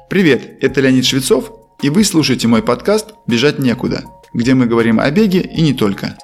Привет, это Леонид Швецов, и вы слушаете мой подкаст «Бежать некуда», где мы говорим о беге и не только.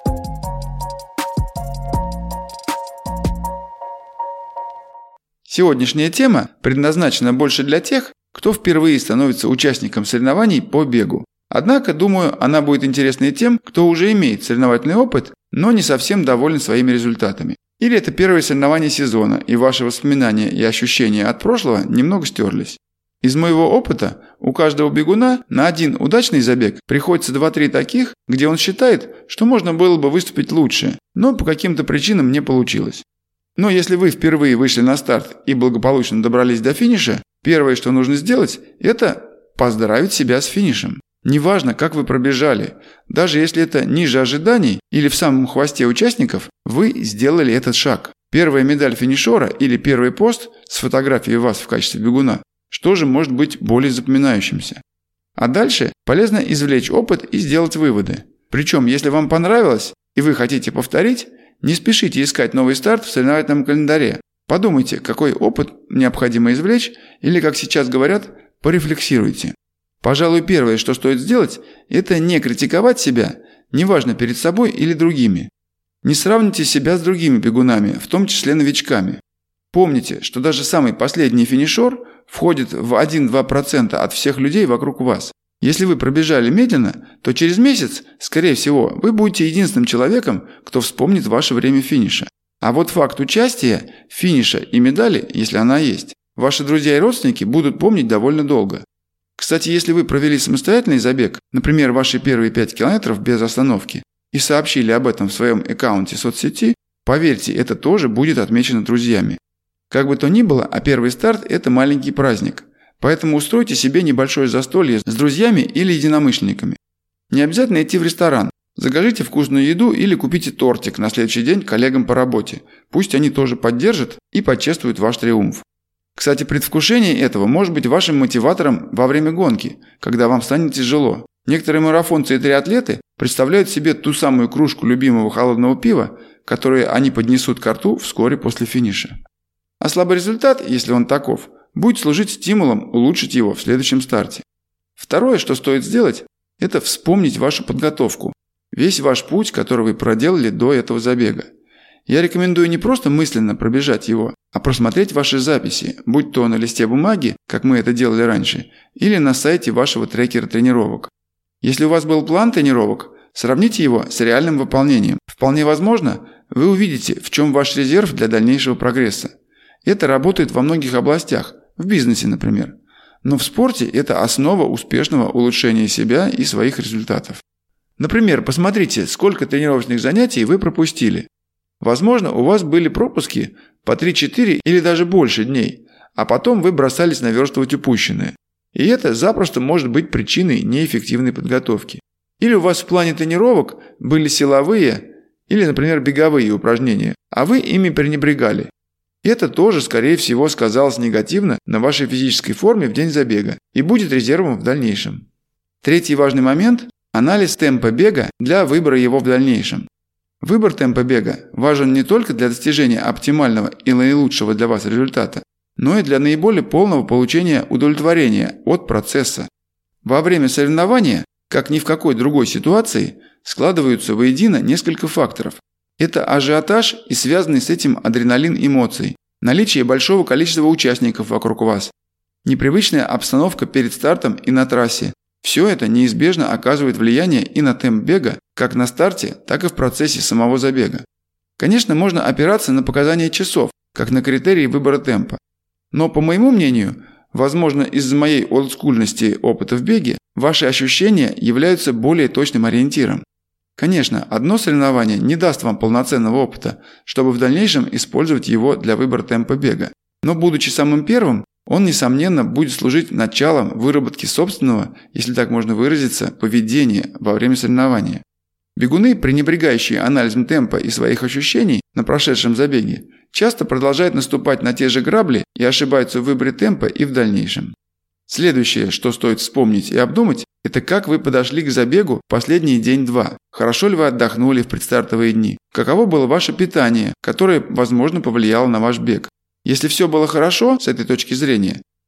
Сегодняшняя тема предназначена больше для тех, кто впервые становится участником соревнований по бегу. Однако, думаю, она будет интересна и тем, кто уже имеет соревновательный опыт, но не совсем доволен своими результатами. Или это первое соревнование сезона, и ваши воспоминания и ощущения от прошлого немного стерлись. Из моего опыта у каждого бегуна на один удачный забег приходится 2-3 таких, где он считает, что можно было бы выступить лучше, но по каким-то причинам не получилось. Но если вы впервые вышли на старт и благополучно добрались до финиша, первое, что нужно сделать, это поздравить себя с финишем. Неважно, как вы пробежали, даже если это ниже ожиданий или в самом хвосте участников, вы сделали этот шаг. Первая медаль финишера или первый пост с фотографией вас в качестве бегуна, что же может быть более запоминающимся? А дальше полезно извлечь опыт и сделать выводы. Причем, если вам понравилось и вы хотите повторить, не спешите искать новый старт в соревновательном календаре. Подумайте, какой опыт необходимо извлечь или, как сейчас говорят, порефлексируйте. Пожалуй, первое, что стоит сделать, это не критиковать себя, неважно перед собой или другими. Не сравните себя с другими бегунами, в том числе новичками. Помните, что даже самый последний финишер входит в 1-2% от всех людей вокруг вас. Если вы пробежали медленно, то через месяц, скорее всего, вы будете единственным человеком, кто вспомнит ваше время финиша. А вот факт участия, финиша и медали, если она есть, ваши друзья и родственники будут помнить довольно долго. Кстати, если вы провели самостоятельный забег, например, ваши первые 5 километров без остановки, и сообщили об этом в своем аккаунте соцсети, поверьте, это тоже будет отмечено друзьями. Как бы то ни было, а первый старт – это маленький праздник. Поэтому устройте себе небольшое застолье с друзьями или единомышленниками. Не обязательно идти в ресторан. Закажите вкусную еду или купите тортик на следующий день коллегам по работе. Пусть они тоже поддержат и почествуют ваш триумф. Кстати, предвкушение этого может быть вашим мотиватором во время гонки, когда вам станет тяжело. Некоторые марафонцы и триатлеты представляют себе ту самую кружку любимого холодного пива, которую они поднесут ко рту вскоре после финиша. А слабый результат, если он таков, будет служить стимулом улучшить его в следующем старте. Второе, что стоит сделать, это вспомнить вашу подготовку, весь ваш путь, который вы проделали до этого забега. Я рекомендую не просто мысленно пробежать его, а просмотреть ваши записи, будь то на листе бумаги, как мы это делали раньше, или на сайте вашего трекера тренировок. Если у вас был план тренировок, сравните его с реальным выполнением. Вполне возможно, вы увидите, в чем ваш резерв для дальнейшего прогресса. Это работает во многих областях, в бизнесе, например. Но в спорте это основа успешного улучшения себя и своих результатов. Например, посмотрите, сколько тренировочных занятий вы пропустили. Возможно, у вас были пропуски по 3-4 или даже больше дней, а потом вы бросались наверстывать упущенное. И это запросто может быть причиной неэффективной подготовки. Или у вас в плане тренировок были силовые или, например, беговые упражнения, а вы ими пренебрегали. Это тоже, скорее всего, сказалось негативно на вашей физической форме в день забега и будет резервом в дальнейшем. Третий важный момент – анализ темпа бега для выбора его в дальнейшем. Выбор темпа бега важен не только для достижения оптимального и наилучшего для вас результата, но и для наиболее полного получения удовлетворения от процесса. Во время соревнования, как ни в какой другой ситуации, складываются воедино несколько факторов. Это ажиотаж и связанный с этим адреналин эмоций, наличие большого количества участников вокруг вас, непривычная обстановка перед стартом и на трассе. Все это неизбежно оказывает влияние и на темп бега, как на старте, так и в процессе самого забега. Конечно, можно опираться на показания часов, как на критерии выбора темпа. Но, по моему мнению, возможно, из-за моей олдскульности опыта в беге, ваши ощущения являются более точным ориентиром. Конечно, одно соревнование не даст вам полноценного опыта, чтобы в дальнейшем использовать его для выбора темпа бега. Но будучи самым первым, он, несомненно, будет служить началом выработки собственного, если так можно выразиться, поведения во время соревнования. Бегуны, пренебрегающие анализом темпа и своих ощущений на прошедшем забеге, часто продолжают наступать на те же грабли и ошибаются в выборе темпа и в дальнейшем. Следующее, что стоит вспомнить и обдумать, это как вы подошли к забегу последний день-два. Хорошо ли вы отдохнули в предстартовые дни? Каково было ваше питание, которое, возможно, повлияло на ваш бег? Если все было хорошо с этой точки зрения,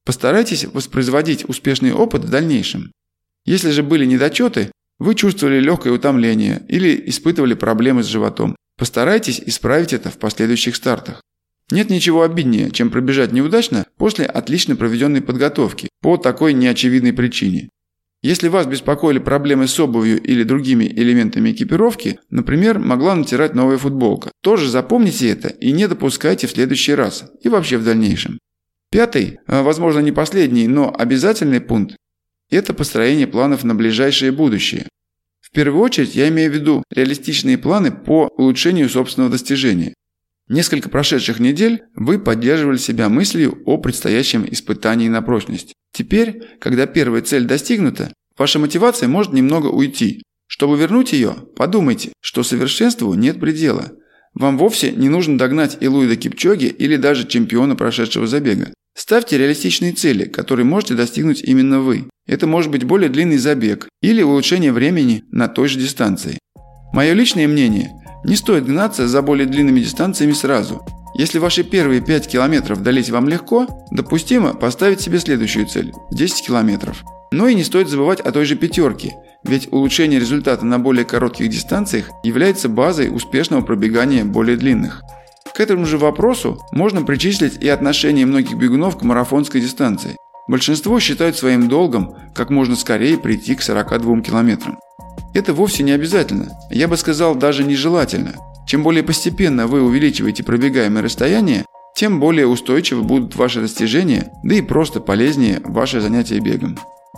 Постарайтесь воспроизводить успешный опыт в дальнейшем. Если же были недочеты, вы чувствовали легкое утомление или испытывали проблемы с животом, постарайтесь исправить это в последующих стартах. Нет ничего обиднее, чем пробежать неудачно после отлично проведенной подготовки по такой неочевидной причине. Если вас беспокоили проблемы с обувью или другими элементами экипировки, например, могла натирать новая футболка, тоже запомните это и не допускайте в следующий раз и вообще в дальнейшем. Пятый, возможно не последний, но обязательный пункт – это построение планов на ближайшее будущее. В первую очередь я имею в виду реалистичные планы по улучшению собственного достижения. Несколько прошедших недель вы поддерживали себя мыслью о предстоящем испытании на прочность. Теперь, когда первая цель достигнута, ваша мотивация может немного уйти. Чтобы вернуть ее, подумайте, что совершенству нет предела. Вам вовсе не нужно догнать Элуида Кипчоги или даже чемпиона прошедшего забега. Ставьте реалистичные цели, которые можете достигнуть именно вы. Это может быть более длинный забег или улучшение времени на той же дистанции. Мое личное мнение – не стоит гнаться за более длинными дистанциями сразу. Если ваши первые 5 километров дались вам легко, допустимо поставить себе следующую цель – 10 километров. Но и не стоит забывать о той же пятерке, ведь улучшение результата на более коротких дистанциях является базой успешного пробегания более длинных. К этому же вопросу можно причислить и отношение многих бегунов к марафонской дистанции. Большинство считают своим долгом как можно скорее прийти к 42 километрам. Это вовсе не обязательно, я бы сказал, даже нежелательно. Чем более постепенно вы увеличиваете пробегаемое расстояние, тем более устойчивы будут ваши достижения, да и просто полезнее ваше занятие бегом.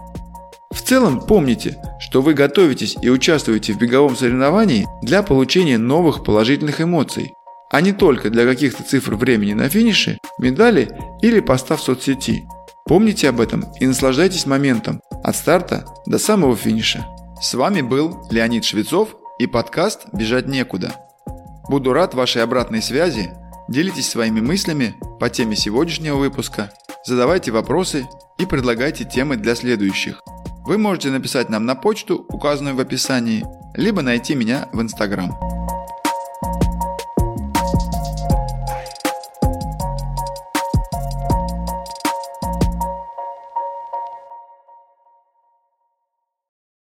В целом помните, что вы готовитесь и участвуете в беговом соревновании для получения новых положительных эмоций, а не только для каких-то цифр времени на финише, медали или поста в соцсети. Помните об этом и наслаждайтесь моментом от старта до самого финиша. С вами был Леонид Швецов и подкаст «Бежать некуда». Буду рад вашей обратной связи, делитесь своими мыслями по теме сегодняшнего выпуска, задавайте вопросы и предлагайте темы для следующих. Вы можете написать нам на почту, указанную в описании, либо найти меня в Instagram.